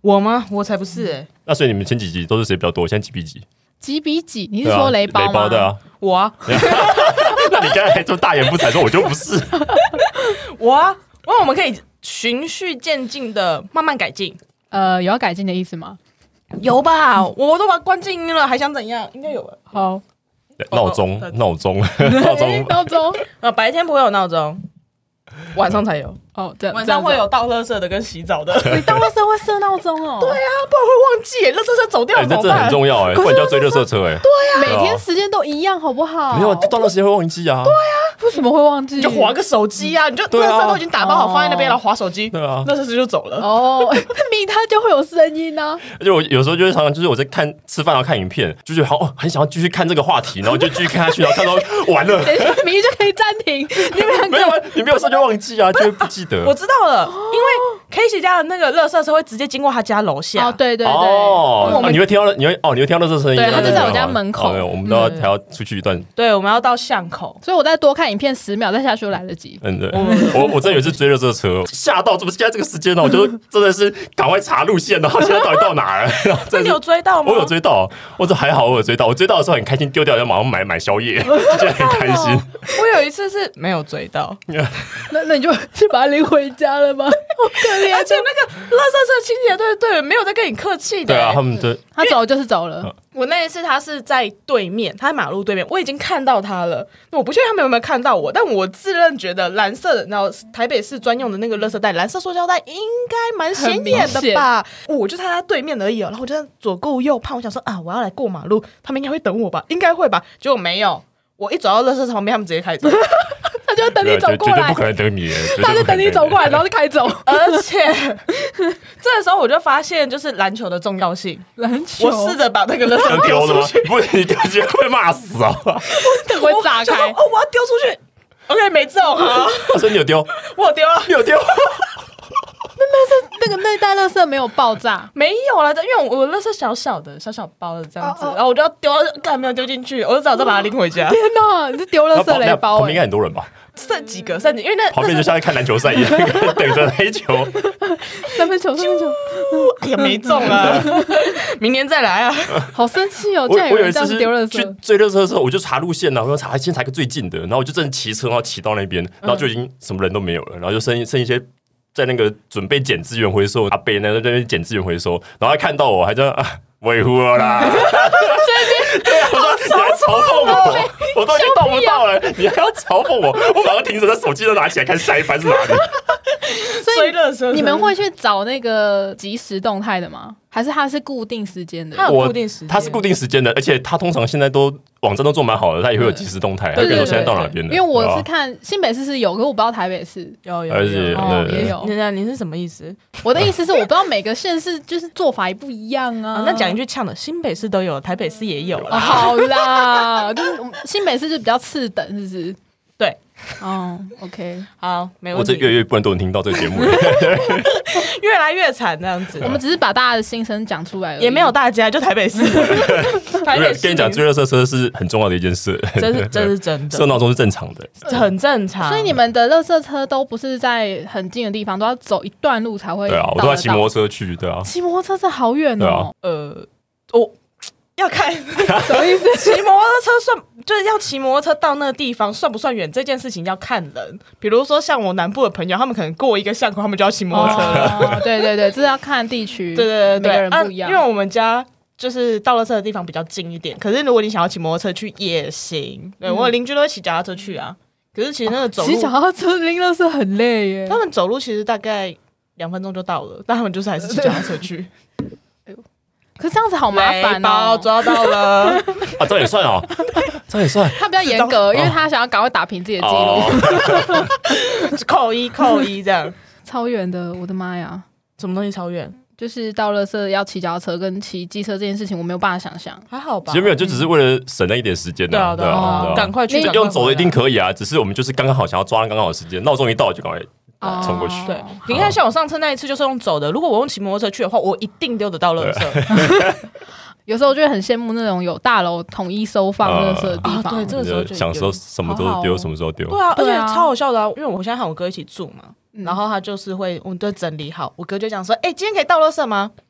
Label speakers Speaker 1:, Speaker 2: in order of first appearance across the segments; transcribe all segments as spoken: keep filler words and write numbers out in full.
Speaker 1: 我吗？我才不是哎、欸。
Speaker 2: 那所以你们前几集都是谁比较多？现在几比几？
Speaker 3: 几比几？你是说雷包吗？
Speaker 2: 雷包的啊，
Speaker 1: 我啊。
Speaker 2: 那你刚才还这么大言不惭说，我就不是。
Speaker 1: 我啊，那我们可以循序渐进的慢慢改进。
Speaker 3: 呃，有要改进的意思吗？
Speaker 1: 有吧？我都把它关静音了，还想怎样？应该有吧。
Speaker 3: 好，
Speaker 2: 闹钟，闹钟，闹钟，
Speaker 3: 闹钟。
Speaker 1: 呃，白天不会有闹钟，晚上才有。
Speaker 3: 哦，这
Speaker 1: 晚上会有倒垃圾的跟洗澡的。
Speaker 3: 你倒垃圾会设闹钟哦？
Speaker 1: 对啊，不然会忘记耶，垃圾车走掉了怎么办？
Speaker 2: 这很重要哎，不然就要追垃圾车哎。
Speaker 3: 对啊，每天时间都一样，好不好？
Speaker 2: 没有，到那时间会忘记啊。对啊，
Speaker 3: 为什么会忘记？
Speaker 1: 你就划个手机啊，你就垃圾都已经打包好放在那边了，划手机，
Speaker 2: 对啊，
Speaker 1: 垃圾车就走了。
Speaker 3: 哦，明它就会有声音呢。
Speaker 2: 而且我有时候就会常常就是我在看吃饭然后看影片，就觉得好哦，很想要继续看这个话题，然后就继续看下去，然后看到完了，
Speaker 3: 明就可以暂停。你们
Speaker 2: 没有啊，你没有说就忘记啊，就会不记得。
Speaker 1: 我知道了。因为 Casey 家的那个垃圾车会直接经过他家楼下。
Speaker 3: 哦，对对对。
Speaker 2: 哦，你会听到，你会哦，你会听到垃圾车声音。
Speaker 3: 对，他就在我家门口。
Speaker 2: 我们都要还要出去一段。
Speaker 1: 对，我们要到巷口，
Speaker 3: 所以我再多看影片十秒，再下去就来得及。
Speaker 2: 嗯，对。我我真的有一次追垃圾车，吓到，怎么现在这个时间呢？我就真的是赶快查路线，然后现在到底到哪了？
Speaker 1: 那你有追到吗？
Speaker 2: 我有追到，我这还好，我有追到。我追到的时候很开心，丢掉要马上买买宵夜，就觉得很开心。
Speaker 1: 我有一次是没有追到，
Speaker 3: 那那你就去把他领回家了吗？好可怜。
Speaker 1: 而且那个垃圾车清洁队队员没有在跟你客气的。
Speaker 2: 对啊，他们对
Speaker 3: 他走就是走了。
Speaker 1: 我那一次他是在对面，他在马路对面，我已经看到他了。我不确定他们有没有看到我，但我自认觉得蓝色的，然后台北市专用的那个垃圾袋，蓝色塑胶袋应该蛮显眼的吧？我就在他对面而已哦，然后我就左顾右盼，我想说啊，我要来过马路，他们应该会等我吧？应该会吧？结果没有，我一走到垃圾车旁边，他们直接开走。
Speaker 3: 他就等你走过来，
Speaker 2: 绝对不可能等你，
Speaker 3: 他就等你走过来，然后就开走。
Speaker 1: 而且这时候我就发现，就是篮球的重要性。
Speaker 3: 篮球，
Speaker 1: 我试着把那个垃圾丢出去，
Speaker 2: 不是你丢出去会骂死啊！
Speaker 3: 会炸开。
Speaker 1: 哦，我要丢出去。OK， 没中啊。
Speaker 2: 他说你有丢，
Speaker 1: 我有丢了，
Speaker 2: 你有丢。
Speaker 3: 那垃圾那个那袋垃圾没有爆炸，
Speaker 1: 没有啦，因为我我垃圾小小的小小包的这样子，然后我就要丢，干没有丢进去，我就只好再把它拎回家。
Speaker 3: 天哪，你是丢垃圾雷包？
Speaker 2: 旁边应该很多人吧？
Speaker 1: 剩几个，剩几个，因为那
Speaker 2: 旁边就像在看篮球赛一样，等着黑球，
Speaker 3: 三分球，三分球，
Speaker 1: 哎呀，没中啊！明年再来啊！
Speaker 3: 好生气哦！竟然有人这样丢垃圾。
Speaker 2: 去追垃圾的时候，我就查路线啊，我要查先查一个最近的，然后我就真的骑车，然后骑到那边，然后就已经什么人都没有了，然后就剩剩一些在那个准备捡资源回收阿伯呢在那边捡资源回收，然后还看到我，还在啊维护我啦。对啊，我说你还嘲讽我，我都已经到不到了，你还要嘲讽我？我马上停着，手机都拿起来看下一番是哪里。
Speaker 3: 所以你们会去找那个即时动态的吗？还是它是固定时间的？
Speaker 1: 它有固定时间，
Speaker 2: 它是固定时间的，而且它通常现在都网站都做蛮好的，它也会有即时动态，它可以说现在到哪边的。
Speaker 3: 因为我是看新北市是有，可是我不知道台北市
Speaker 1: 有有
Speaker 2: 而且
Speaker 3: 哦也有。
Speaker 1: 你你是什么意思？
Speaker 3: 我的意思是我不知道每个县市就是做法也不一样啊。
Speaker 1: 那讲一句呛的，新北市都有，台北市也有啦。
Speaker 3: 好啦，就是新北市就比较次等，是不是？
Speaker 1: 对。
Speaker 3: 哦 ，OK，
Speaker 1: 好，没问题。
Speaker 2: 我这越来越不能都能听到这个节目，
Speaker 1: 越来越惨这样子。
Speaker 3: 我们只是把大家的心声讲出来而已，
Speaker 1: 也没有大家，就台北市。台北市
Speaker 2: 跟你讲，追垃圾车是很重要的一件事，
Speaker 1: 这是这是真的，
Speaker 2: 设闹钟是正常的，
Speaker 1: 很正常。
Speaker 3: 所以你们的垃圾车都不是在很近的地方，都要走一段路才会。
Speaker 2: 对啊，我都要骑摩托车去，对啊，
Speaker 3: 骑摩托车是好远哦。
Speaker 1: 呃，我。要看什么意思？骑摩托车算就是要骑摩托车到那个地方算不算远？这件事情要看人。比如说像我南部的朋友，他们可能过一个巷口，他们就要骑摩托车了。
Speaker 3: 哦、对对对，这是要看地区，
Speaker 1: 对对对对，
Speaker 3: 每个人不一样、
Speaker 1: 啊。因为我们家就是倒垃圾的地方比较近一点，可是如果你想要骑摩托车去也行。对、嗯、我邻居都会骑脚踏车去啊。可是其实那个走路，
Speaker 3: 骑脚踏车拎垃圾很累耶。
Speaker 1: 他们走路其实大概两分钟就到了，但他们就是还是骑脚踏车去。
Speaker 3: 可是这样子好麻烦哦！
Speaker 1: 抓到了
Speaker 2: 啊，这也算哦，这也算。
Speaker 3: 他比较严格，因为他想要赶快打平自己的记录，
Speaker 1: 哦、扣一扣一这样。
Speaker 3: 超远的，我的妈呀！
Speaker 1: 什么东西超远？
Speaker 3: 就是倒垃圾要骑脚踏车跟骑机车这件事情，我没有办法想象。
Speaker 1: 还好吧？
Speaker 2: 其实没有，就只是为了省那一点时间的、啊。
Speaker 1: 对啊，对啊，赶快去。
Speaker 2: 用走的一定可以啊，只是我们就是刚刚好想要抓刚刚好的时间，闹钟一到就赶快。冲过去，
Speaker 1: 对，你看，像我上车那一次就是用走的。如果我用骑摩托车去的话，我一定丢得到垃圾。
Speaker 3: 有时候我就会很羡慕那种有大楼统一收放垃圾的地方。
Speaker 1: 啊、对，这个时候就
Speaker 2: 想说什么都丢，什么时候丢。
Speaker 1: 对啊，而且超好笑的啊！因为我现在和我哥一起住嘛，嗯、然后他就是会，我们都整理好。我哥就讲说：“哎、欸，今天可以倒垃圾吗？”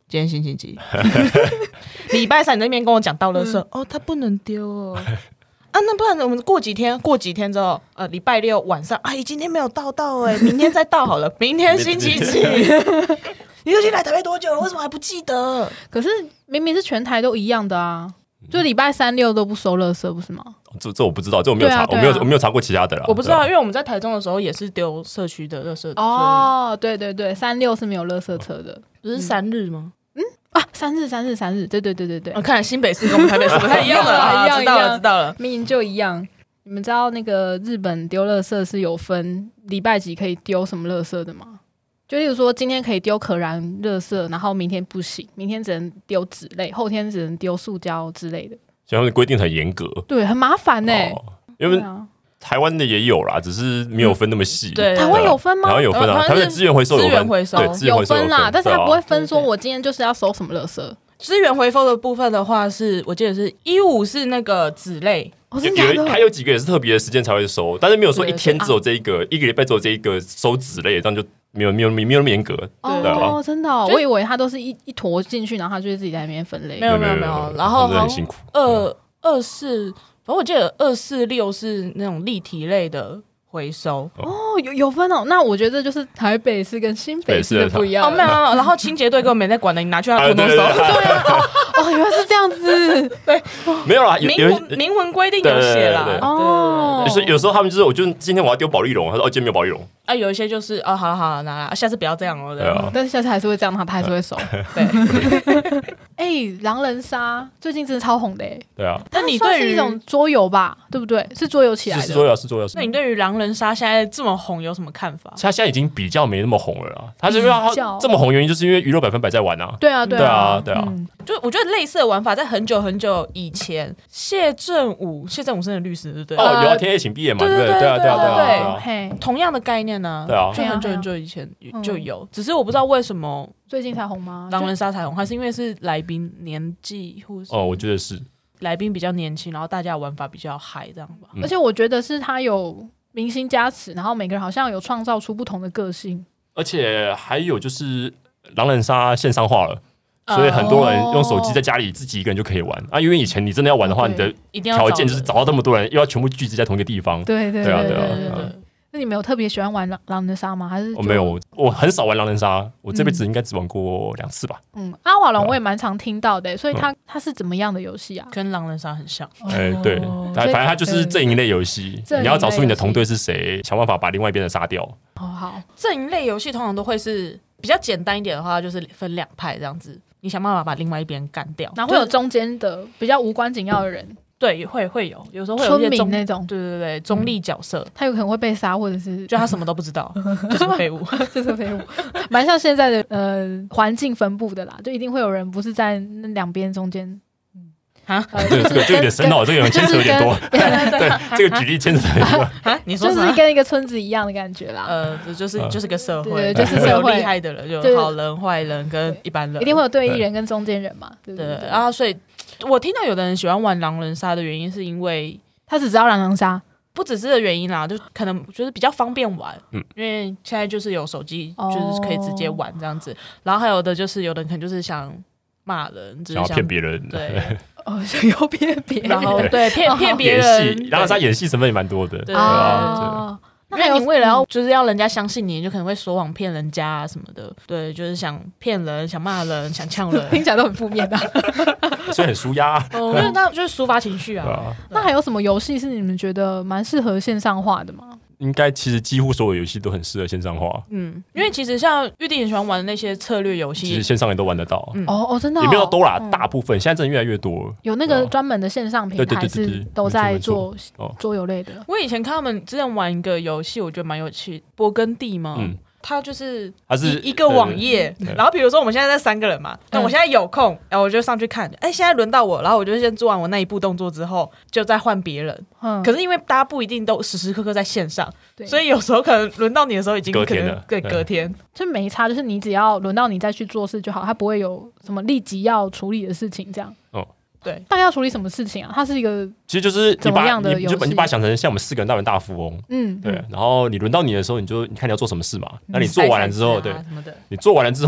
Speaker 1: 今天星期几？礼拜三你那边跟我讲倒垃圾、嗯、哦，他不能丢哦。啊，那不然我们过几天，过几天之后，呃，礼拜六晚上，哎，今天没有倒到哎、欸，明天再倒好了。明天星期几？你都已经来台北多久了？为什么还不记得？
Speaker 3: 可是明明是全台都一样的啊，就礼拜三六都不收垃圾，不是吗？
Speaker 2: 这这我不知道，这我没有查，啊啊、我没有我没有查过其他的啦。
Speaker 1: 我不知道，因为我们在台中的时候也是丢社区的垃圾。
Speaker 3: 哦，对对对，三六是没有垃圾车的，
Speaker 1: 不是三日吗？
Speaker 3: 嗯啊，三日三日三日，对对对对对。
Speaker 1: 我、哦、看来新北市跟我们台北市不太一样了啊，
Speaker 3: 一样
Speaker 1: 知道了知道了，
Speaker 3: 明明就一样。你们知道那个日本丢垃圾是有分礼拜几可以丢什么垃圾的吗？就例如说今天可以丢可燃垃圾，然后明天不行，明天只能丢纸类，后天只能丢塑胶之类的。
Speaker 2: 所以他们规定很严格，
Speaker 3: 对，很麻烦呢、欸哦。
Speaker 2: 因为台湾的也有啦，只是没有分那么细、嗯。
Speaker 1: 对，
Speaker 3: 台湾有分吗？
Speaker 2: 台湾有分啊，台湾的资源回收有分，
Speaker 1: 资源回收
Speaker 2: 对，资源回收
Speaker 3: 有分啦，但是他不会分说我今天就是要收什么垃圾。
Speaker 1: 资源回收的部分的话是，我记得是一五是那个纸类。
Speaker 3: 哦、真的假的？
Speaker 2: 还有几个也是特别的时间才会收，但是没有说一天只有这一个，一个礼拜只有这一个收纸类，这样就没有没有没有那么严格。
Speaker 3: 哦，
Speaker 2: 对
Speaker 3: 啊、真的、哦，我以为他都是一一坨进去，然后他就会自己在那边分类。
Speaker 1: 没有没有没有，然后
Speaker 2: 很辛苦。
Speaker 1: 二二四，反正我记得二四六是那种立体类的回收。
Speaker 3: 哦，有有分哦。那我觉得就是台北市跟新北市的不一样。
Speaker 1: 哦，没有没有，然后清洁队根本没在管的，你拿去他偷偷收。对
Speaker 3: 啊。哦，原来是这样子，
Speaker 1: 对，
Speaker 2: 没有啦，
Speaker 1: 明文明文规定有写啦。
Speaker 3: 哦，
Speaker 2: 有时有时候他们就是，我就今天我要丢保丽龙，他说哦，今天没有保丽龙。
Speaker 1: 啊，有一些就是哦，好了好了，拿来，下次不要这样哦。
Speaker 2: 对啊，
Speaker 3: 但是下次还是会这样，他他还是会收。
Speaker 1: 对，
Speaker 3: 哎，狼人杀最近真的超红的哎。
Speaker 2: 对啊，
Speaker 1: 但你对于
Speaker 3: 是一种桌游吧，对不对？是桌游起来的，
Speaker 2: 是桌游，是桌游。
Speaker 1: 那你对于狼人杀现在这么红有什么看法？
Speaker 2: 他现在已经比较没那么红了啦。他是因为他这么红，原因就是因为娱乐百分百在玩啊。
Speaker 3: 对啊，对
Speaker 2: 啊，对啊。
Speaker 3: 嗯
Speaker 1: 就我觉得类似的玩法，在很久很久以前，谢振武，谢振武是那个律师，对不对？
Speaker 2: 哦，有啊，天黑请闭眼嘛，对
Speaker 1: 对
Speaker 2: 对对啊，对啊，
Speaker 1: 对，同样的概念呢，
Speaker 2: 对啊，
Speaker 1: 就很久很久以前就有，只是我不知道为什么
Speaker 3: 最近才红吗？
Speaker 1: 狼人杀才红，还是因为是来宾年纪，或是
Speaker 2: 哦，我觉得是
Speaker 1: 来宾比较年轻，然后大家的玩法比较嗨，这样吧。
Speaker 3: 而且我觉得是他有明星加持，然后每个人好像有创造出不同的个性，
Speaker 2: 而且还有就是狼人杀线上化了。所以很多人用手机在家里自己一个人就可以玩、哦、啊，因为以前你真的要玩的话，你的条件就是找到这么多人，又要全部聚集在同一个地方。
Speaker 3: 对对
Speaker 2: 对啊对啊。
Speaker 3: 那你们有特别喜欢玩狼人杀吗？还是
Speaker 2: 我、哦、没有，我很少玩狼人杀，我这辈子应该只玩过两次吧。
Speaker 3: 嗯，阿瓦隆我也蛮常听到的，所以它它是怎么样的游戏啊？
Speaker 1: 跟狼人杀很像。
Speaker 2: 哎、欸，对，反正它就是阵营类游戏，你要找出你的同队是谁，想办法把另外一边的杀掉。
Speaker 3: 哦，好，
Speaker 1: 阵营类游戏通常都会是比较简单一点的话，就是分两派这样子。你想办法把另外一边干掉，
Speaker 3: 然后会有中间的比较无关紧要的人，
Speaker 1: 对，会会有，有时候会有一些
Speaker 3: 村民那种，
Speaker 1: 对对对，中立角色，
Speaker 3: 他有可能会被杀，或者是
Speaker 1: 就他什么都不知道，就是个废物，
Speaker 3: 就是个废物，蛮像现在的呃环境分布的啦，就一定会有人不是在那两边中间。
Speaker 2: 啊，这个这个就有点深奥，这个有点牵扯有点多。对对，这个举例牵扯很多。
Speaker 1: 啊，你说
Speaker 3: 就是跟一个村子一样的感觉啦。
Speaker 1: 呃，就是就是个社会，
Speaker 3: 对，就是社会
Speaker 1: 有厉害的人，有好人、坏人跟一般人，
Speaker 3: 一定会有对弈人跟中间人嘛。对对。
Speaker 1: 然后，所以我听到有的人喜欢玩狼人杀的原因，是因为
Speaker 3: 他只知道狼人杀，
Speaker 1: 不只是这个原因啦，就可能就是比较方便玩，嗯，因为现在就是有手机，就是可以直接玩这样子。然后还有的就是有的人可能就是想骂人，
Speaker 2: 想要骗别人，
Speaker 1: 对。
Speaker 3: 哦，想要骗别人，
Speaker 1: 然后对骗骗别人，
Speaker 2: 然后他演戏成分也蛮多的，
Speaker 1: 对啊。因为你为了要就是要人家相信你，就可能会说谎骗人家啊什么的，对，就是想骗人、想骂人、想呛人，
Speaker 3: 听起来都很负面的，
Speaker 2: 所以很舒压。
Speaker 1: 因为那就是抒发情绪啊。
Speaker 3: 那还有什么游戏是你们觉得蛮适合线上化的吗？
Speaker 2: 应该其实几乎所有游戏都很适合线上化，
Speaker 1: 嗯，因为其实像玉弟很喜欢玩的那些策略游戏，
Speaker 2: 其实线上也都玩得到。
Speaker 3: 嗯、哦哦，真的、哦、
Speaker 2: 也没有多啦，嗯、大部分现在真的越来越多，
Speaker 3: 有那个专门的线上平台是都在做桌游类的。
Speaker 1: 我以前看他们之前玩一个游戏，我觉得蛮有趣，勃艮第吗？嗯。它就是它是一个网页，然后比如说我们现在在三个人嘛，那我现在有空，然后我就上去看，哎，现在轮到我，然后我就先做完我那一步动作之后，就再换别人。嗯，可是因为大家不一定都时时刻刻在线上，所以有时候可能轮到你的时候已经可能对隔天，
Speaker 3: 就没差，就是你只要轮到你再去做事就好，它不会有什么立即要处理的事情这样。哦。
Speaker 1: 对，
Speaker 3: 大概要处理什么事情啊？它是一个
Speaker 2: 其实就是
Speaker 3: 怎么样的
Speaker 2: 游戏？你就把它想成像我们四个人大人大富翁，嗯，对。然后你轮到你的时候，你就你看你要做什么事嘛。那你做完了之后，对，你做完了之后，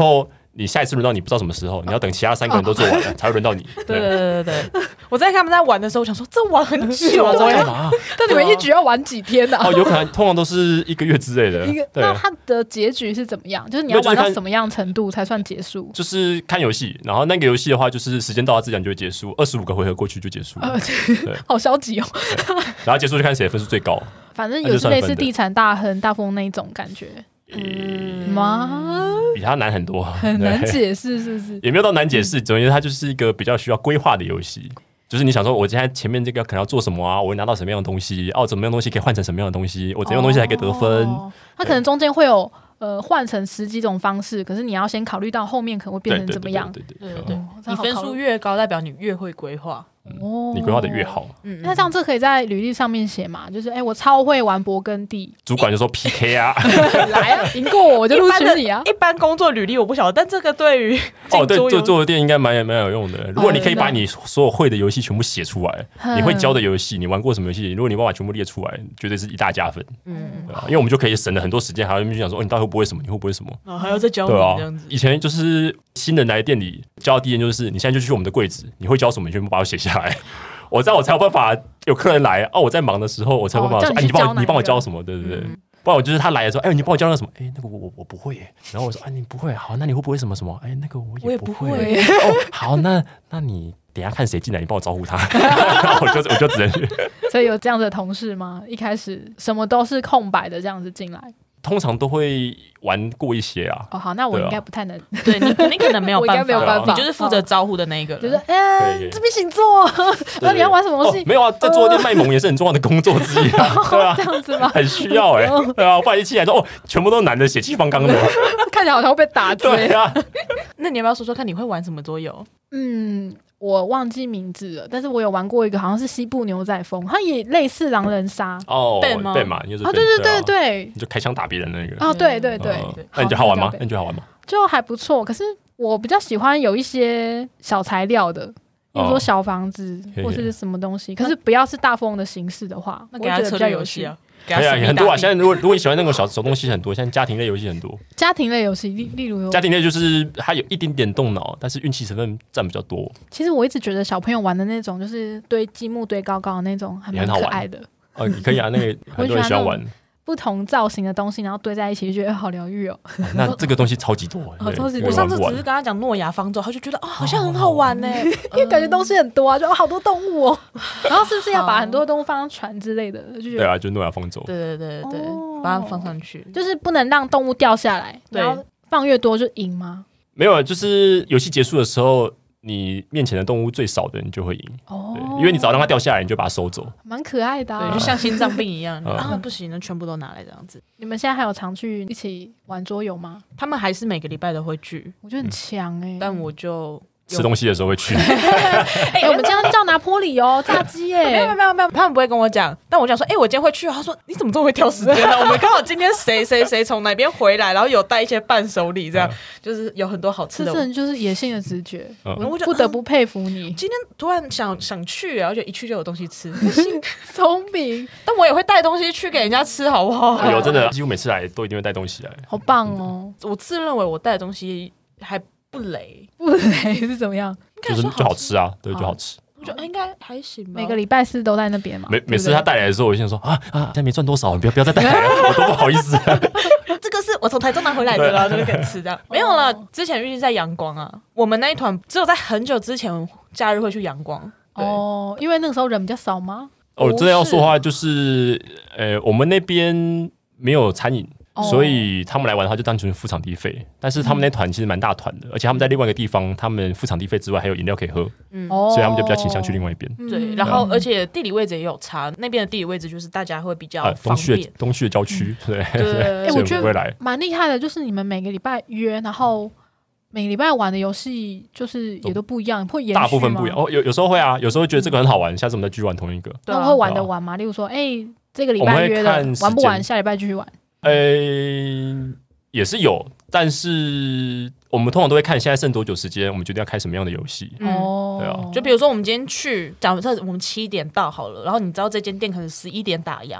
Speaker 2: 你下一次轮到你不知道什么时候，你要等其他三个人都做完了才会轮到你。
Speaker 1: 对对对对对，我在看他们在玩的时候，我想说这玩很久啊，
Speaker 2: 干嘛？
Speaker 3: 但你们一局要玩几天呢？
Speaker 2: 哦，有可能通常都是一个月之类的。
Speaker 3: 一个那它的结局是怎么样？就是你要玩到什么样程度才算结束？
Speaker 2: 就是看游戏，然后那个游戏的话，就是时间到它自然就会结束，二十五个回合过去就结束了。
Speaker 3: 对，好消极哦。
Speaker 2: 然后结束就看谁的分数最高。
Speaker 3: 反正有是类似地产大亨、大富翁那一种感觉。
Speaker 2: 嗯
Speaker 3: 吗？
Speaker 2: 比它难很多，
Speaker 3: 很难解释，是不是？
Speaker 2: 也没有到难解释，总之它就是一个比较需要规划的游戏。就是你想说，我现在前面这个可能要做什么啊？我会拿到什么样的东西？哦，怎么样的东西可以换成什么样的东西？我怎么样的东西才可以得分？
Speaker 3: 哦、它可能中间会有呃换成十几种方式，可是你要先考虑到后面可能会变成怎么样。
Speaker 2: 对对
Speaker 1: 对对对，你分数越高，代表你越会规划。
Speaker 2: 哦，你规划的越好。
Speaker 3: 嗯，那这样这可以在履历上面写嘛？就是哎、欸，我超会玩勃艮第，
Speaker 2: 主管就说 P K 啊，
Speaker 3: 来啊，赢过我我就录取你啊。
Speaker 1: 一般工作履历我不晓得，但这个对于
Speaker 2: 哦，对，做做的店应该蛮蛮有用的。如果你可以把你所有会的游戏全部写出来，嗯、你会教的游戏，你玩过什么游戏，如果你把它全部列出来，绝对是一大加分。嗯，因为我们就可以省了很多时间，还要去想说，哦，你到底会不会什么？你会不会什么？
Speaker 1: 哦，还要再教你这样子。
Speaker 2: 以前就是新人来店里教的第一件就是，你现在就去我们的柜子，你会教什么，你全部把它写下来。我这样我才有办法有客人来哦，我在忙的时候，我才有办法说，哎、哦，你帮我你帮我教什么？对对对，嗯、不然我就是他来的时候，哎，你帮我教那什么？哎，那个我我我不会耶。然后我说，哎，你不会，好，那你会不会什么什么？哎，那个我也不会。
Speaker 1: 我也不会
Speaker 2: 哦，好，那那你等一下看谁进来，你帮我招呼他。然后我就我就只能去。
Speaker 3: 所以有这样的同事吗？一开始什么都是空白的这样子进来。
Speaker 2: 通常都会玩过一些啊。
Speaker 3: 哦，好，那我应该不太能。
Speaker 1: 对你，你可能没有办法，
Speaker 3: 我应该没有办法，
Speaker 1: 你就是负责招呼的那一个人。
Speaker 3: 就是，哎，这边请坐。然后你要玩什么东西？
Speaker 2: 没有啊，在桌店卖萌也是很重要的工作之一啊。对啊，
Speaker 3: 这样子吗？
Speaker 2: 很需要哎。对啊，我不然一进来说，哦，全部都男的，血气方刚的，
Speaker 3: 看起来好像会被打追。
Speaker 2: 对啊。
Speaker 1: 那你要不要说说看，你会玩什么桌游？
Speaker 3: 嗯。我忘记名字了，但是我有玩过一个，好像是西部牛仔风，它也类似狼人杀
Speaker 2: 哦，对吗？对嘛，就是
Speaker 3: 哦，对对对对，
Speaker 2: 你就开枪打别人那个
Speaker 3: 哦，对对对，
Speaker 2: 那你觉得好玩吗？那你觉得好玩吗？
Speaker 3: 就还不错，可是我比较喜欢有一些小材料的，比如说小房子或是什么东西，可是不要是大富翁的形式的话，
Speaker 1: 那给他策略游戏啊。
Speaker 2: 可以啊，很多啊。现在如果如果你喜欢那种小小东西，很多。现在家庭类游戏很多。
Speaker 3: 家庭类游戏，例例如
Speaker 2: 家庭类就是它有一点点动脑，但是运气成分占比较多。
Speaker 3: 其实我一直觉得小朋友玩的那种，就是堆积木堆高高的那种，还蛮可爱的。
Speaker 2: 哦，你可以啊，那个很多人喜欢玩。
Speaker 3: 不同造型的东西，然后堆在一起，就觉得好疗愈哦。
Speaker 2: 那这个东西超级多，
Speaker 3: 哦、超级
Speaker 1: 多。我上次只是跟他讲诺亚方舟，他就觉得哦，好像很好玩呢，
Speaker 3: 因为感觉东西很多啊，就好多动物哦。然后是不是要把很多动物放上船之类的？就觉得
Speaker 2: 对啊，就诺亚方舟。
Speaker 1: 对对对对，哦、把它放上去，
Speaker 3: 就是不能让动物掉下来，然后放越多就赢吗？
Speaker 2: 没有，就是游戏结束的时候。你面前的动物最少的，你就会赢。哦，因为你只要让它掉下来，你就把它收走。
Speaker 3: 蛮可爱的、啊，
Speaker 1: 对，就像心脏病一样。啊，不行，那全部都拿来这样子。
Speaker 3: 你们现在还有常去一起玩桌游吗？
Speaker 1: 他们还是每个礼拜都会聚，
Speaker 3: 我觉得很强哎、欸嗯。
Speaker 1: 但我就
Speaker 2: 吃东西的时候会去。
Speaker 3: 哎、欸，我们今天叫拿坡里哦，炸鸡哎、
Speaker 1: 欸，没有没有没有，他们不会跟我讲，但我讲说，哎、欸，我今天会去。他说你怎么这么会挑时间呢？我们刚好今天谁谁谁从哪边回来，然后有带一些伴手礼，这样、嗯、就是有很多好吃的。
Speaker 3: 这真的就是野性的直觉，
Speaker 2: 嗯、
Speaker 3: 我不得不佩服你。
Speaker 1: 今天突然想想去，然后就一去就有东西吃，
Speaker 3: 聪明。
Speaker 1: 但我也会带东西去给人家吃，好不好？
Speaker 2: 有真的，几乎每次来都一定会带东西来，
Speaker 3: 好棒哦！
Speaker 1: 我自认为我带的东西还不雷，
Speaker 3: 不雷是怎么样？
Speaker 2: 就是就好吃啊，对，就好吃。
Speaker 1: 我觉得应该还行吧。
Speaker 3: 每个礼拜四都在那边嘛。
Speaker 2: 每每次他带来的时候，我就想说啊啊，现在没赚多少，你不要不要再带来了，我都不好意思、啊。
Speaker 1: 这个是我从台中拿回来的啦，就是可以吃这样。没有了，之前预计在阳光啊，我们那一团只有在很久之前假日会去阳光。
Speaker 3: 哦，因为那个时候人比较少吗？
Speaker 2: 哦，真的要说的话，就是呃，我们那边没有餐饮。所以他们来玩的话，就单纯付场地费。但是他们那团其实蛮大团的，而且他们在另外一个地方，他们付场地费之外还有饮料可以喝，嗯，所以他们就比较倾向去另外一边。
Speaker 1: 对，然后而且地理位置也有差，那边的地理位置就是大家会比较方便。
Speaker 2: 东区东区的郊区，对
Speaker 3: 对。哎，我觉得蛮厉害的，就是你们每个礼拜约，然后每个礼拜玩的游戏就是也都不一样，会延续吗？
Speaker 2: 大部分不一样哦，有有时候会啊，有时候会觉得这个很好玩，下次我们再继续玩同一个。
Speaker 3: 那我会玩得完吗？例如说，哎，这个礼拜约的玩不完，下礼拜继续玩。
Speaker 2: 呃、欸，也是有，但是我们通常都会看现在剩多久时间，我们决定要开什么样的游戏。
Speaker 3: 哦、嗯，
Speaker 2: 对啊，
Speaker 1: 就比如说我们今天去，假设我们七点到好了，然后你知道这间店可能十一点打烊，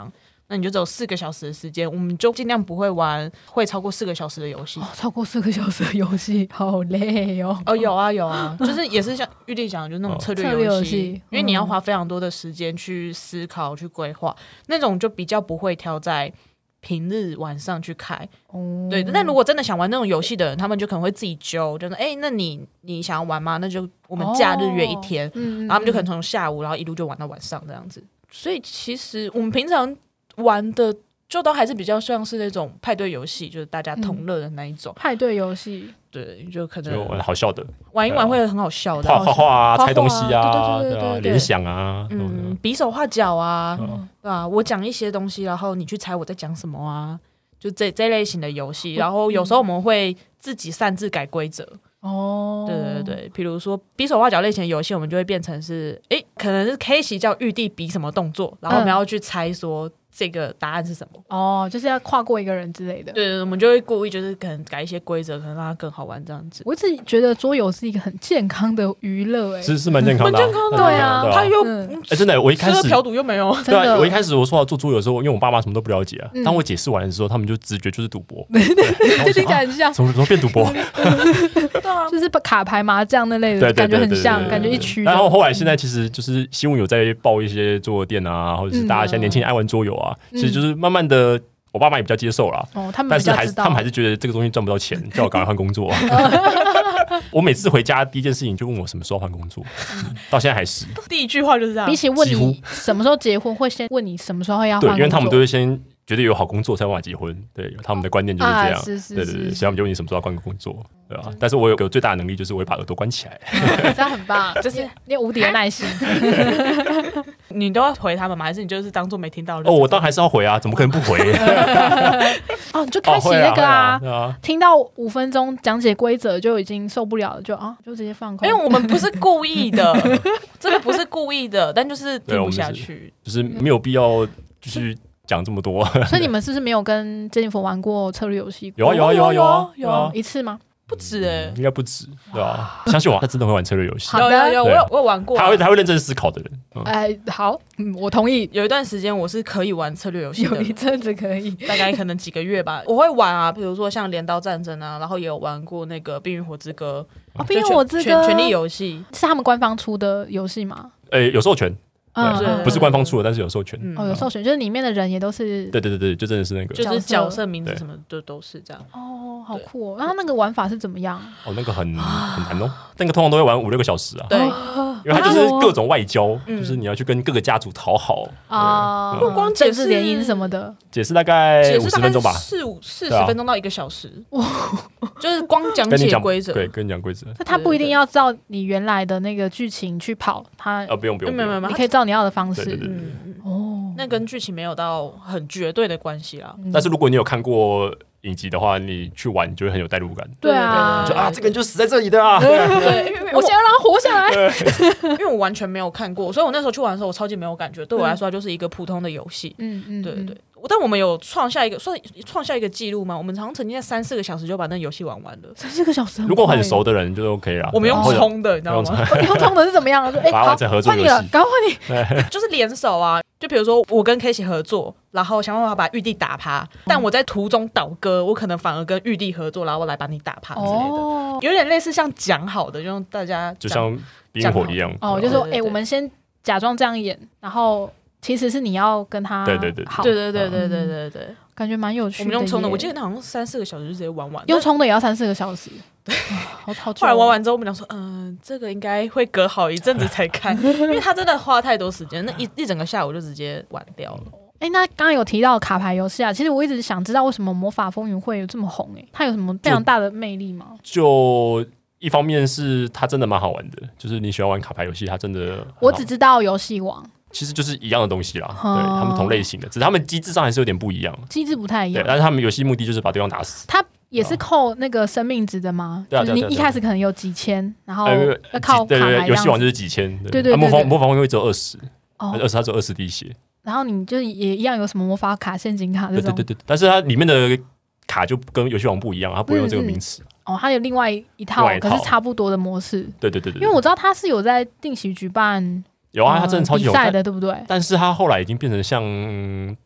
Speaker 1: 那你就只有四个小时的时间，我们就尽量不会玩会超过四个小时的游戏、
Speaker 3: 哦。超过四个小时的游戏，好累哦。
Speaker 1: 哦，有啊有啊，就是也是像玉丽讲的，就是那种策略游戏，因为你要花非常多的时间去思考、去规划，那种就比较不会挑在平日晚上去开。哦、对，但如果真的想玩那种游戏的人，他们就可能会自己揪，就说：“哎、欸，那你你想要玩吗？那就我们假日约一天，哦嗯、然后他们就可能从下午，然后一路就玩到晚上这样子。”所以其实我们平常玩的就都还是比较像是那种派对游戏，就是大家同乐的那一种、
Speaker 3: 嗯、派对游戏。
Speaker 1: 对，就可能
Speaker 2: 就玩好笑的，
Speaker 1: 玩一玩会很好笑的，
Speaker 2: 画画画啊，猜东西
Speaker 1: 啊，
Speaker 2: 对对对对，联想啊，
Speaker 1: 嗯，比手画脚啊，对吧？我讲一些东西，然后你去猜我在讲什么啊，就这这类型的游戏。然后有时候我们会自己擅自改规则。哦，对对对，比如说比手画脚类型的游戏，我们就会变成是，哎，可能是 K 席叫玉帝比什么动作，然后我们要去猜说这个答案是什么。
Speaker 3: 哦，就是要跨过一个人之类的。
Speaker 1: 对对，我们就会故意就是可能改一些规则，可能让它更好玩这样子。
Speaker 3: 我一直觉得桌游是一个很健康的娱乐，哎，
Speaker 2: 是是蛮健康的、啊，
Speaker 1: 蛮健康的，
Speaker 3: 对啊，
Speaker 1: 它又
Speaker 3: 哎、
Speaker 1: 嗯
Speaker 2: 欸，真的，我一开始
Speaker 1: 嫖赌又没有，
Speaker 2: 对啊，我一开始我说要做桌游的时候，因为我爸妈什么都不了解啊，嗯、当我解释完的时候，他们就直觉就是赌博，
Speaker 3: 对对对，就听起来很像，
Speaker 2: 怎么怎么变赌博？
Speaker 1: 对啊，
Speaker 3: 就是卡牌麻将那类的，对对对对对对，感觉很像，感觉一区。
Speaker 2: 然后后来现在其实就是新闻有在报一些桌游店啊，或者是大家现在年轻人爱玩桌游啊，嗯、其实就是慢慢的。我爸妈也比较接受啦，哦，他们但是还是他们还是觉得这个东西赚不到钱，叫我赶快换工作、啊。我每次回家第一件事情就问我什么时候换工作，嗯、到现在还是
Speaker 1: 第一句话就是这样。
Speaker 3: 比起问你什么时候结婚，会先问你什么时候要换工作。
Speaker 2: 对，因为他们都会先觉得有好工作才办法结婚，对，他们的观念就是这样。
Speaker 3: 啊、是是是
Speaker 2: 对对对，所以他们就问你什么时候要换工作，对吧、啊？但是我有个最大的能力就是我会把耳朵关起来，
Speaker 3: 嗯、这样很棒，就是你有无敌的耐心。
Speaker 1: 你都要回他们吗？还是你就是当做没听到？
Speaker 2: 哦，我当然还是要回啊，怎么可能不回？
Speaker 3: 哦，你就开启那个啊，
Speaker 2: 哦、啊啊
Speaker 3: 听到五分钟讲解规则就已经受不了了，就啊，就直接放空。
Speaker 1: 因为我们不是故意的，真的不是故意的，但就是听不下去，
Speaker 2: 是就是没有必要就是讲这么多。
Speaker 3: 所以你们是不是没有跟 Jennifer 玩过策略游戏？
Speaker 2: 有啊有啊有啊有啊有啊，
Speaker 3: 一次吗？
Speaker 1: 不止哎、欸
Speaker 2: 嗯，应该不止，对吧、啊？相信我，他真的会玩策略游戏。
Speaker 3: 有有
Speaker 1: 有，我有我有玩过、啊。
Speaker 2: 他会他会认真思考的人。
Speaker 3: 哎、嗯呃，好，嗯，我同意。
Speaker 1: 有一段时间我是可以玩策略游戏的，
Speaker 3: 有一阵子可以，
Speaker 1: 大概可能几个月吧。我会玩啊，比如说像镰刀战争啊，然后也有玩过那个《冰与火之歌》。
Speaker 3: 哦，《冰与火之歌》
Speaker 1: 权权力游戏
Speaker 3: 是他们官方出的游戏吗？
Speaker 2: 诶、欸，有授权。
Speaker 3: 嗯，
Speaker 2: 不是官方出的，但是有授权。
Speaker 3: 嗯、哦，有授权，就是里面的人也都是。
Speaker 2: 对对对对，就真的是那个，
Speaker 1: 就是角色名字什么的都是这样。
Speaker 3: 哦，好酷哦！然后那个玩法是怎么样？
Speaker 2: 哦，那个很很难哦，那个通常都会玩五六个小时啊。
Speaker 1: 对，
Speaker 2: 因为它就是各种外交，嗯、就是你要去跟各个家族讨好
Speaker 3: 啊，
Speaker 1: 不、嗯、光
Speaker 3: 政治联姻什么的，
Speaker 2: 解释大概五十分钟吧，
Speaker 1: 四五四十分钟到一个小时。哇，就是光讲解规则，
Speaker 2: 对，跟你讲规则。
Speaker 3: 那他不一定要照你原来的那个剧情去跑，他
Speaker 2: 啊不用不用，
Speaker 1: 没有没有，
Speaker 3: 你可以照你要的方式。
Speaker 1: 嗯哦，那跟剧情没有到很绝对的关系啦。
Speaker 2: 但是如果你有看过影集的话，你去玩你就会很有代入感。
Speaker 3: 对啊，
Speaker 2: 就啊，这个人就死在这里的啊。
Speaker 1: 对，因为
Speaker 3: 我想要让他活下来。
Speaker 1: 因为我完全没有看过，所以我那时候去玩的时候，我超级没有感觉。对我来说，它就是一个普通的游戏。嗯嗯，对对对。但我们有创下一个算创下一个记录吗？我们常常曾经在三四个小时就把那个游戏玩完了。
Speaker 3: 三四个小时，
Speaker 2: 如果很熟的人就 OK 啦。
Speaker 1: 我们用冲的，你知道吗？
Speaker 3: 用冲的是怎么样？哎，好，换你了，赶快换
Speaker 1: 你。就是联手啊，就比如说我跟 K 一起合作，然后想办法把玉帝打趴，但我在途中倒戈，我可能反而跟玉帝合作，然后我来把你打趴之类的，有点类似像讲好的，就让大家
Speaker 2: 就像冰火一样。
Speaker 3: 哦，就说哎，我们先假装这样演，然后。其实是你要跟他
Speaker 2: 对对对
Speaker 3: 好，
Speaker 1: 对对对对对对对，
Speaker 3: 感觉蛮有趣的。
Speaker 1: 我们用冲的，我记得好像三四个小时就直接玩完，
Speaker 3: 用冲的也要三四个小时。对，好好。
Speaker 1: 后来玩完之后，我们讲说，嗯、呃，这个应该会隔好一阵子才看，因为他真的花太多时间，那一一整个下午就直接玩掉了。
Speaker 3: 哎、欸，那刚刚有提到卡牌游戏啊，其实我一直想知道为什么魔法风云会有这么红、欸？哎，它有什么非常大的魅力吗？
Speaker 2: 就。一方面是它真的蛮好玩的，就是你喜欢玩卡牌游戏，它真的
Speaker 3: 我只知道游戏王，
Speaker 2: 其实就是一样的东西啦，嗯、对他们同类型的，只是他们机制上还是有点不一样，
Speaker 3: 机制不太一样。
Speaker 2: 对，但是他们游戏目的就是把对方打死。
Speaker 3: 它也是扣那个生命值的吗？
Speaker 2: 对啊，
Speaker 3: 就是你一开始可能有几千，然后要靠卡牌这样子。
Speaker 2: 对对对，游戏王就是几千，
Speaker 3: 对对对。
Speaker 2: 魔法魔法会只有二十，
Speaker 3: 哦，
Speaker 2: 二十它只有二十滴血。
Speaker 3: 然后你就也一样有什么魔法卡、陷阱卡这种。
Speaker 2: 对对对对，但是它里面的卡就跟游戏王不一样，它不会用这个名词。
Speaker 3: 嗯嗯哦，它有另外一套，可是差不多的模式。
Speaker 2: 对对对对，
Speaker 3: 因为我知道它是有在定期举办，
Speaker 2: 有啊，它真的超级有
Speaker 3: 比赛的，对不对？
Speaker 2: 但是它后来已经变成像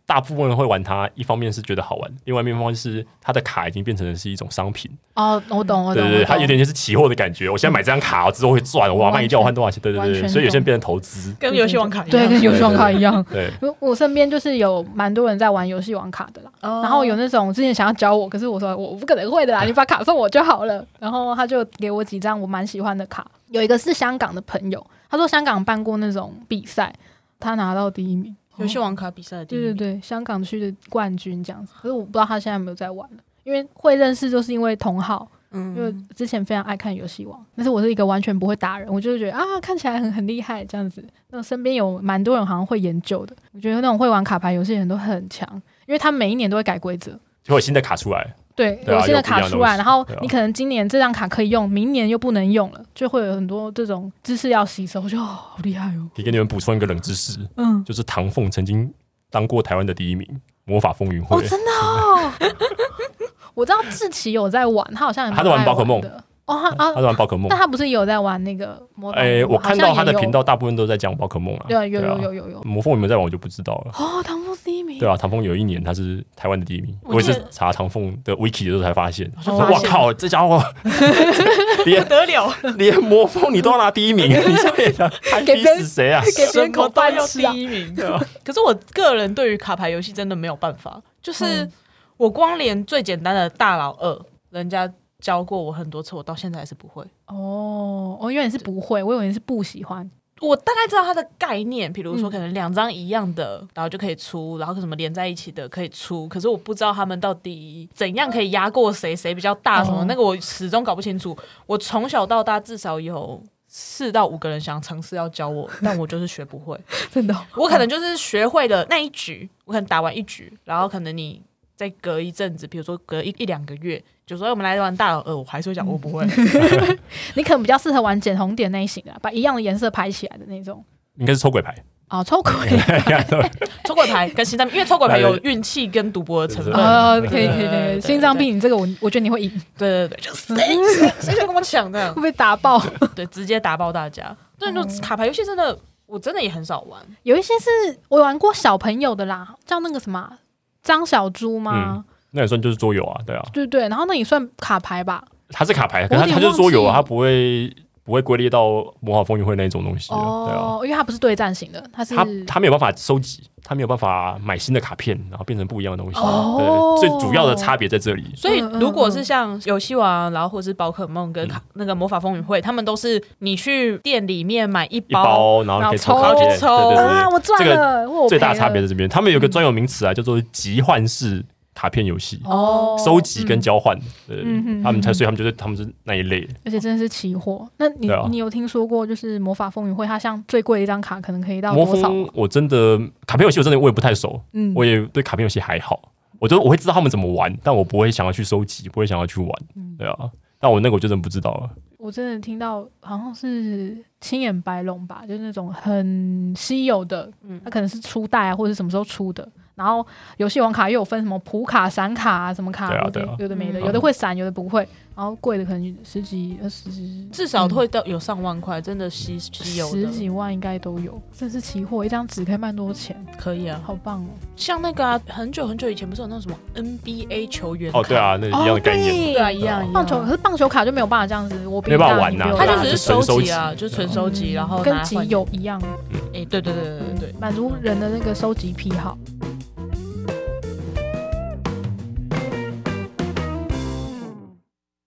Speaker 2: 大部分人会玩它，一方面是觉得好玩，另外一方面是它的卡已经变成的是一种商品。
Speaker 3: 哦，我懂，我懂，
Speaker 2: 对对对，它有点像是期货的感觉。我现在买这张卡，我之后会赚，哇，卖掉我换多少钱？对对对，所以有些人变成投资，
Speaker 1: 跟游戏王卡一样，
Speaker 3: 对，跟游戏王卡一样。
Speaker 2: 对，
Speaker 3: 我身边就是有蛮多人在玩游戏王卡的啦，
Speaker 1: 哦、
Speaker 3: 然后有那种之前想要教我，可是我说我不可能会的啦，你把卡送我就好了。然后他就给我几张我蛮喜欢的卡，有一个是香港的朋友，他说香港办过那种比赛，他拿到第一名。
Speaker 1: 游戏王卡比赛的第一名，
Speaker 3: 对对对，香港区的冠军这样子。可是我不知道他现在有没有在玩了，因为会认识就是因为同好，嗯，因为之前非常爱看游戏王，但是我是一个完全不会打人，我就是觉得啊看起来很很厉害这样子。那身边有蛮多人好像会研究的，我觉得那种会玩卡牌游戏的人都很强，因为他每一年都会改规则，
Speaker 2: 就会有新的卡出来。
Speaker 3: 对，
Speaker 2: 对啊、
Speaker 3: 有新的卡出来，然后
Speaker 2: 啊、
Speaker 3: 你可能今年这张卡可以用，明年又不能用了，就会有很多这种知识要吸收。我觉得、哦、好厉害哦！
Speaker 2: 可以给你们补充一个冷知识，
Speaker 3: 嗯，
Speaker 2: 就是唐凤曾经当过台湾的第一名，魔法风云会。
Speaker 3: 哦，真的哦！我知道志奇有在玩，他好像也
Speaker 2: 他在玩宝可梦。
Speaker 3: 哦，他啊，
Speaker 2: 他在玩宝可梦，
Speaker 3: 但他不是也有在玩那个魔法？
Speaker 2: 哎、欸，我看到他的频道大部分都在讲宝可梦啊。
Speaker 3: 对，有有有有有。
Speaker 2: 魔凤有没有在玩我就不知道了。
Speaker 3: 哦，唐凤第一名。
Speaker 2: 对啊，唐凤有一年他是台湾的第一名，我也是查唐凤的 wiki 的时候才发现。
Speaker 3: 哇、
Speaker 2: 哦、靠，这家伙
Speaker 1: 连不得了，
Speaker 2: 连魔凤你都要拿第一名，你这也还逼死谁啊？
Speaker 3: 给别人口
Speaker 1: 都要第一名。对啊。可是我个人对于卡牌游戏真的没有办法，就是我光连最简单的大老二，人家教过我很多次，我到现在还是不会。
Speaker 3: 哦，我以为你是不会，我以为你是不喜欢。
Speaker 1: 我大概知道它的概念，比如说可能两张一样的、嗯，然后就可以出，然后什么连在一起的可以出，可是我不知道他们到底怎样可以压过谁，谁比较大什么、哦，那个我始终搞不清楚。我从小到大至少有四到五个人想尝试要教我，但我就是学不会，
Speaker 3: 真的、哦。
Speaker 1: 我可能就是学会了那一局，我可能打完一局，然后可能你再隔一阵子，比如说隔一一两个月。就说我们来玩大老二，我还是会讲我不会。
Speaker 3: 你可能比较适合玩捡红点那一型啊，把一样的颜色排起来的那种。
Speaker 2: 应该是抽鬼牌
Speaker 3: 哦，抽鬼
Speaker 1: 抽鬼牌跟心脏病，因为抽鬼牌有运气跟赌博的成分。
Speaker 3: 哦，可以可以可以，心脏病你这个我我觉得你会赢。
Speaker 1: 对对对，就是谁谁想跟我抢的，
Speaker 3: 会被打爆。
Speaker 1: 对，直接打爆大家。对，就卡牌游戏真的，我真的也很少玩。
Speaker 3: 有一些是我玩过小朋友的啦，叫那个什么张小猪吗？
Speaker 2: 嗯那也算就是桌游啊，对啊，
Speaker 3: 对对，然后那也算卡牌吧？
Speaker 2: 它是卡牌，可是它它就是桌游啊，它不会不会归类到魔法风云会那种东西、啊，
Speaker 3: 哦，
Speaker 2: 对啊，
Speaker 3: 因为它不是对战型的，它是
Speaker 2: 它它没有办法收集，它没有办法买新的卡片，然后变成不一样的东西，
Speaker 3: 哦、
Speaker 2: 对，最主要的差别在这里。
Speaker 1: 所以如果是像游戏王，然后或者是宝可梦跟卡、嗯、那个魔法风云会，他们都是你去店里面买一包，
Speaker 2: 一包然后可以抽卡片，
Speaker 1: 抽
Speaker 2: 对对对，
Speaker 3: 啊，我赚了，
Speaker 2: 这个最大差别在这边，他们有个专有名词啊，叫做集换式卡片游戏，哦，收集跟交换，对、嗯，他们才，所以他们就是他们是那一类，
Speaker 3: 而且真的是期货。那你、啊、你有听说过，就是魔法风云会，它像最贵的一张卡可能可以到多少？
Speaker 2: 我真的卡片游戏我真的我也不太熟，嗯，我也对卡片游戏还好，我就我会知道他们怎么玩，但我不会想要去收集，不会想要去玩，嗯、对啊。但我那个我就真的不知道了。
Speaker 3: 我真的听到好像是青眼白龙吧，就是那种很稀有的，嗯，它可能是初代啊，或者是什么时候出的。然后游戏王卡又有分什么普卡、闪卡啊，什么卡，
Speaker 2: 对啊对啊，
Speaker 3: 有的没的，有的会闪，有的不会。然后贵的可能十几、二十，
Speaker 1: 至少会到有上万块，真的稀稀有的，
Speaker 3: 十几万应该都有。这是期货，一张纸可以卖多少钱？
Speaker 1: 可以啊，
Speaker 3: 好棒哦！
Speaker 1: 像那个啊，很久很久以前不是有那种什么 N B A 球员卡？
Speaker 2: 哦，对啊，那一样的概念，
Speaker 3: 哦、
Speaker 1: 对啊，一样一样。
Speaker 3: 棒球可是棒球卡就没有办法这样子，我
Speaker 2: 没办法玩呐、啊，
Speaker 1: 它就只是收集啊，就纯收集，然后
Speaker 3: 跟集邮一样。
Speaker 1: 哎、欸，对对对对对对，
Speaker 3: 满足人的那个收集癖好。